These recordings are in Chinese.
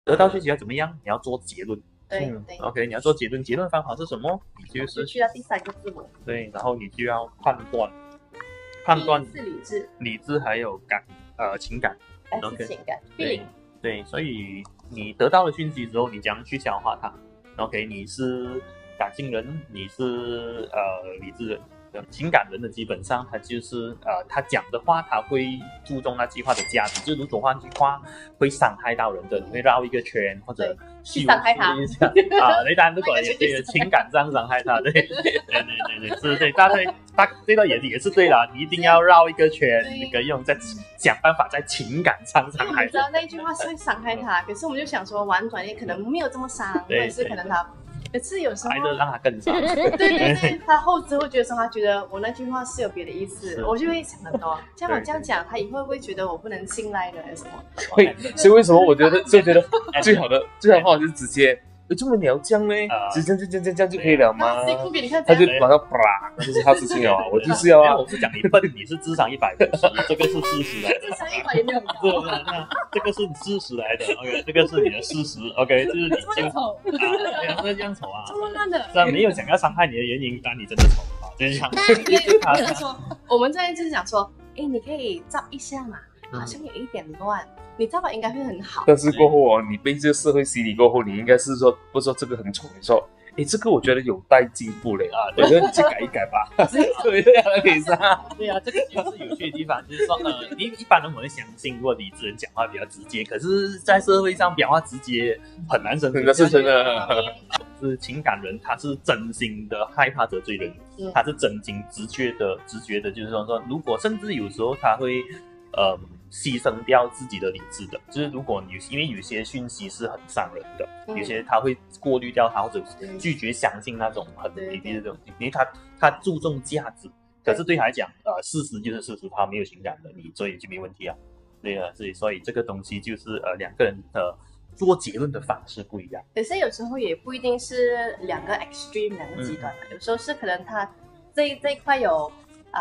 得到讯息要怎么样？你要做结论。 对 OK， 你要做结论，结论方法是什么？你就是去到第3个字母。 对，然后你就要判断是理智还有情感。 是情感 feeling。 对，所以你得到了讯息之后，你怎样去消化它 ？OK， 你是感性人，你是理智人。情感人的基本上他就是他讲的话他会注重那句话的价值，就如果换句话会伤害到人的，你会绕一个圈或者去伤害他你当然如果也情感上伤害他，对，是对，但是他这个也是对啦，你一定要绕一个圈，那个用在想办法在情感上伤害他。 你知道那句话是会伤害他，可是我们就想说婉转一点，可能没有这么伤，或者是可能他。可是有时候还是让他更伤。 对，他后知会觉得说，他觉得我那句话是有别的意思，我就会想很多。像我这样讲，他以后会不会觉得我不能信赖的，还是什么？ 会，所以为什么我觉得最好的话就是直接。这么你要这样呢？直接这样就可以了吗？他就马上啪，那就是他事情了啊！我就是要啊！ 我是讲你笨，你是智商150，这个是事实来的。 智商100也没有高。 这个是事实来的 ，OK， 这个是你的事实 ，OK， 就是你这么丑这样丑啊！ 这么烂的， 虽然没有想要伤害你的原因，但你真的丑啊！就是这样。 他说，我们这边就是讲说，你可以照一下嘛，好像有一点乱。你照吧应该会很好， 但是过后你被这个社会洗礼过后，你应该是说不说这个很丑，你说这个我觉得有待进步嘞啊，对，你去改一改吧。对啊，可以上。 对啊，这个就是有趣的地方，就是说一般人我会相信，如果理智人讲话比较直接，可是在社会上讲话直接很难生存。 那是真的。 是情感人，他是真心的害怕得罪人，他是真心直觉的，就是说如果甚至有时候他会牺牲掉自己的理智的，就是如果因为有些讯息是很伤人的，有些他会过滤掉它，或者拒绝相信那种很卑鄙的东西，因为他注重价值，可是对他来讲，事实就是事实，他没有情感的，所以就没问题啊。对啊，所以这个东西就是两个人的做结论的方式不一样。 可是有时候也不一定是两个 extreme 两个极端嘛，有时候是可能他这一块有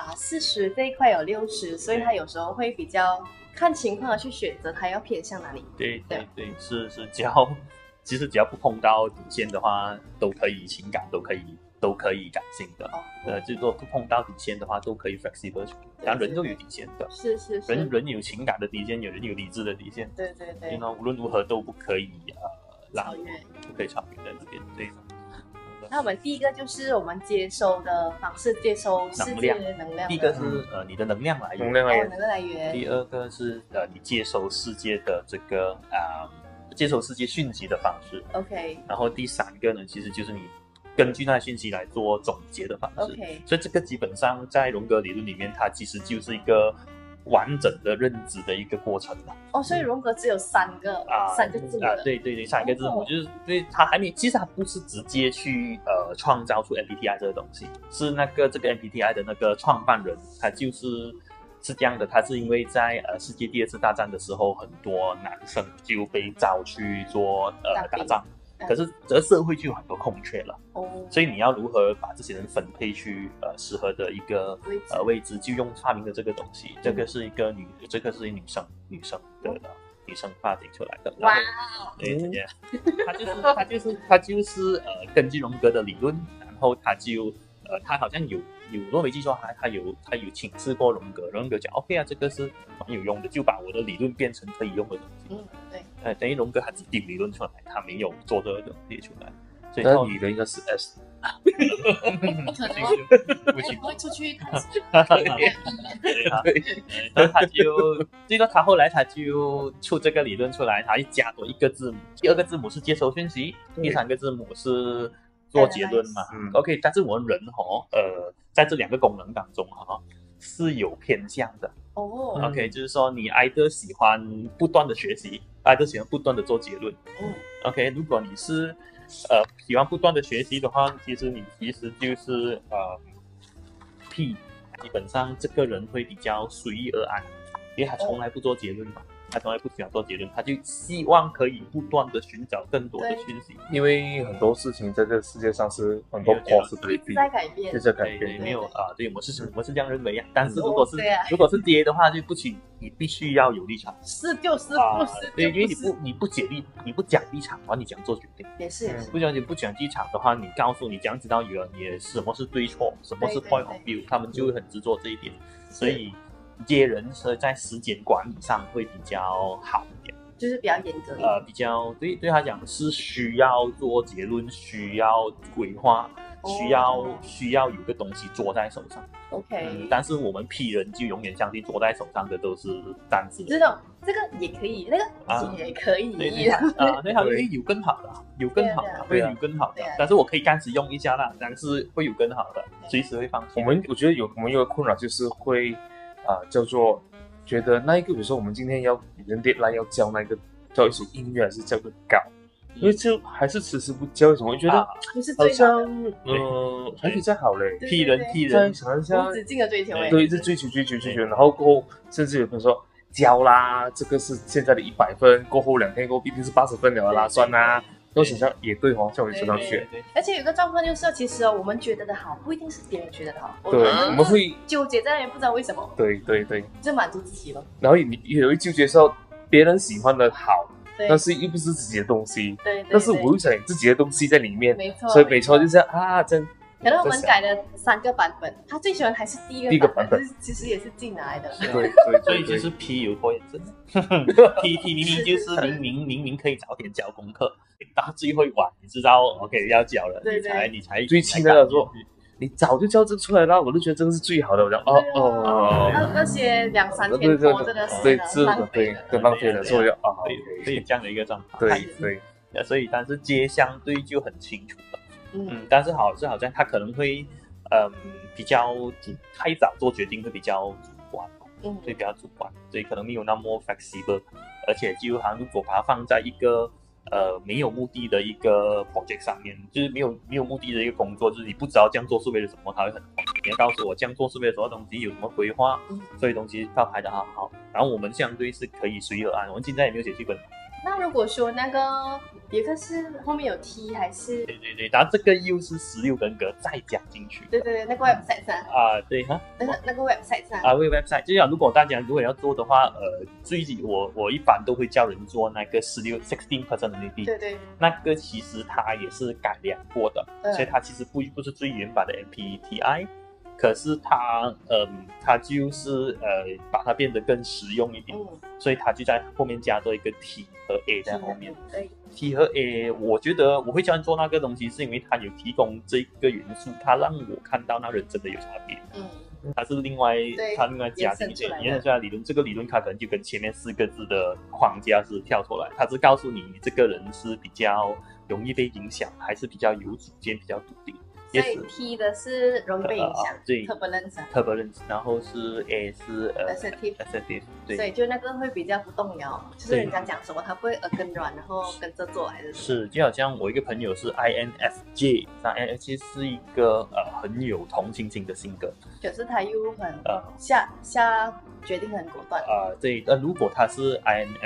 40，这一块有60，所以他有时候会比较看情况的去选择他要偏向哪里。 对，是其实只要不碰到底线的话，都可以情感，都可以感性的。就是说不碰到底线的话，都可以 flexible。当然人都有底线的， 是人有情感的底线，有人有理智的底线。 对， 无论如何都不可以超越，不可以超越在这边。对。 那我们第一个就是我们接收的方式，接收世界的能量。 第一个是你的能量来源， 能量来源。 第二个是你接收世界的这个接收世界讯息的方式。 OK。 然后第3个呢，其实就是你根据那讯息来做总结的方式。 OK。 所以这个基本上在荣格理论里面，它其实就是一个完整的认知的一个过程了。 所以荣格只有3个字母的。 对，3个字母就是对它还没，其实它不是直接去创造出 MBTI 这个东西，是这个 MBTI 的那个创办人，他是这样的，他是因为在世界第2次大战的时候，很多男生就被招去做打仗。可是这个社会就有很多空缺了，所以你要如何把这些人分配去适合的一个位置，就用发明的这个东西。这个是一个女生的女生发明出来的。 哇， 对，他就是根据荣格的理论，然后他好像有如果没记错，他有请示过荣格讲 OK 啊，这个是蛮有用的，就把我的理论变成可以用的东西。对，等于荣格他自己理论出来，他没有做这个东西出来，所以那女的应该是 S。 不可能，不会出去探险。 对，然后他后来他就出这个理论出来，他加多一个字母，第2个字母是接收讯息，第3个字母是做结论嘛。OK， 但是我们人在这2个功能当中是有偏向的。OK， 就是说你either喜欢不断的学习，either喜欢不断的做结论。OK， 如果你是喜欢不断的学习的话，其实就是P， 基本上这个人会比较随遇而安，因为他从来不做结论嘛。 他从来不喜欢做结论，他就希望可以不断的寻找更多的讯息， 因为很多事情在这个世界上是很多 possibility 在改变， 在改变， 对，没有对，我们是这样认为呀。但是如果是跌的话，就不行，你必须要有立场， 是就是，不是对，因为你不讲立场的话，你讲做决定也是， 不讲立场的话，你告诉你这样知道有你什么是对错，什么是 point of view， 他们就会很执着这一点，所以接人是在时间管理上会比较好一点， 就是比较严格一点， 比较对他讲是需要做结论，需要规划，需要有个东西捉在手上。 OK， 但是我们批人就永远相信捉在手上的都是暂时的。 这种这个也可以，那个也可以。 对，他会有更好的，会有更好的。但是我可以暂时用一下啦，但是会有更好的，随时会放弃。 我觉得我们有个困扰就是会叫做觉得那一个，比如说我们今天要人 deadline 要交那个叫一首音乐还是交个稿，因为就还是迟迟不交，什么我觉得好像还可以再好嘞， 批人再想一下无止境的追求， 对，一直追求，然后过后甚至有朋友说交啦，这个是现在的100分，过后2天过后必定是80分了啦，算啦。都想象也对哦，像我这样学。 而且有个状况就是，其实我们觉得的好，不一定是别人觉得的好。 对，我们会纠结在那边，不知道为什么。 对， 就满足自己了。 然后你也会纠结说别人喜欢的好，但是又不是自己的东西。 对。 但是我又想自己的东西在里面， 没错。 所以没错，就是这样。 可能我们改了3个版本，他最喜欢还是第一个版本，其实也是进来的。 对， 所以其实 P 有拖延症，P 明明就是明明可以早点交功课，到最后晚，你知道 OK 要交了，你才最气的说，你早就交这出来了，我就觉得这个是最好的，我讲那些2-3天拖真的是浪费了，所以所以这样的一个状况， 对， 所以但是接相对就很清楚了。但是好像他可能会比较太早做决定，会比较主观，会比较主观，所以可能没有那么 flexible， 而且就好像如果把它放在一个没有目的的一个 project 上面，就是没有目的的一个工作，就是你不知道这样做是为了什么，他会很慌。你要告诉我这样做是为了什么东西，有什么规划，所以东西要排得好，然后我们相对是可以随遇而安。我们现在也没有写剧本。 那如果说那个别个是后面有 T 还是？ 对，然后这个又是16人格再加进去。 对，那个 website 上。 对哈。 那个 website 上。 website 就像如果大家如果要做的话，我一般都会叫人做那个16% 的那个。 对。 那个其实它也是改良过的，所以它其实不是最原版的 MPTI。可是它就是把它变得更实用一点，所以它就在后面加多一个 T 和 A 在后面。T 和 A， 我觉得我会叫人做那个东西，是因为它有提供这个元素，它让我看到那人真的有差别。它是另外加进去延伸出来理论，这个理论它可能就跟前面4个字的框架是跳出来，它是告诉你这个人是比较容易被影响，还是比较有主见、比较笃定。 所以 T 的是容易被影响， 对 ，turbulence， 然后是 A 是assertive， 对， 所以就那个会比较不动摇，就是人家讲什么他不会耳根软，然后跟着做还是是，就好像我一个朋友是 INFJ， 那 INFJ 是一个很有同情心的性格， 可是他又很下决定很果断对，如果他是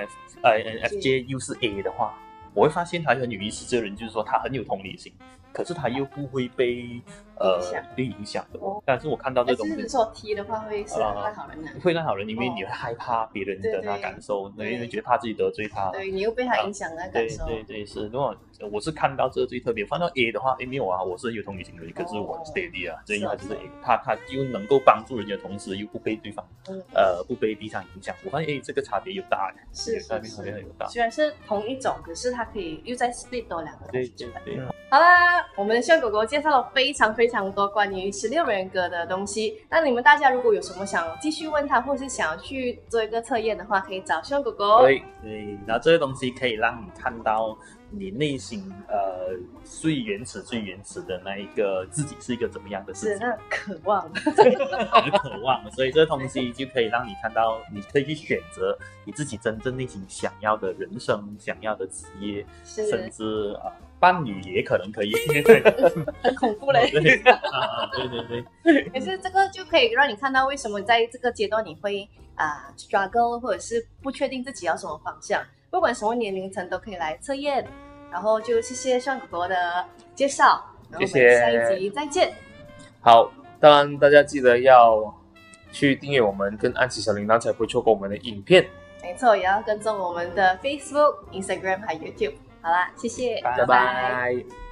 INFJ 又是 A 的话，我会发现他很有意思，这个人就是说他很有同理心。可是他又不会被影响的，但是我看到这种， 就是说 T 的话会是烂好人， 会烂好人，因为你会害怕别人的那感受，因为觉得怕自己得罪他， 对你又被他影响那感受， 对是。如果我是看到这个最特别，放到 A 的话，没有啊，我是有同理心的人，可是我很 steady 啊，所以他就是 A， 他又能够帮助人家的同时，又不被对方不被地上影响。我发现这个差别有大， 是差别很有大。 虽然是同一种，可是它可以又在 split 多2个东西。 对。 好啦，我们炫狗狗介绍了非常非常多关于16人格的东西。那你们大家如果有什么想继续问他，或是想要去做一个测验的话，可以找炫狗狗。 对，然后这个东西可以让你看到你内心最原始的那一个自己是一个怎么样的自己， 是那渴望， 很渴望，所以这个东西就可以让你看到，你可以去选择你自己真正内心想要的人生、想要的职业，甚至伴侣也可能可以， 很恐怖嘞。 对。 可是这个就可以让你看到为什么在这个阶段你会 struggle 或者是不确定自己要什么方向，不管什么年龄层都可以来测验。然后就谢谢Sean哥哥的介绍，然后我们下一集再见。 好，当然大家记得要去订阅我们，跟按起小铃铛，才不会错过我们的影片。 没错，也要跟踪我们的 Facebook、Instagram 还有 YouTube。好啦，谢谢， 拜拜。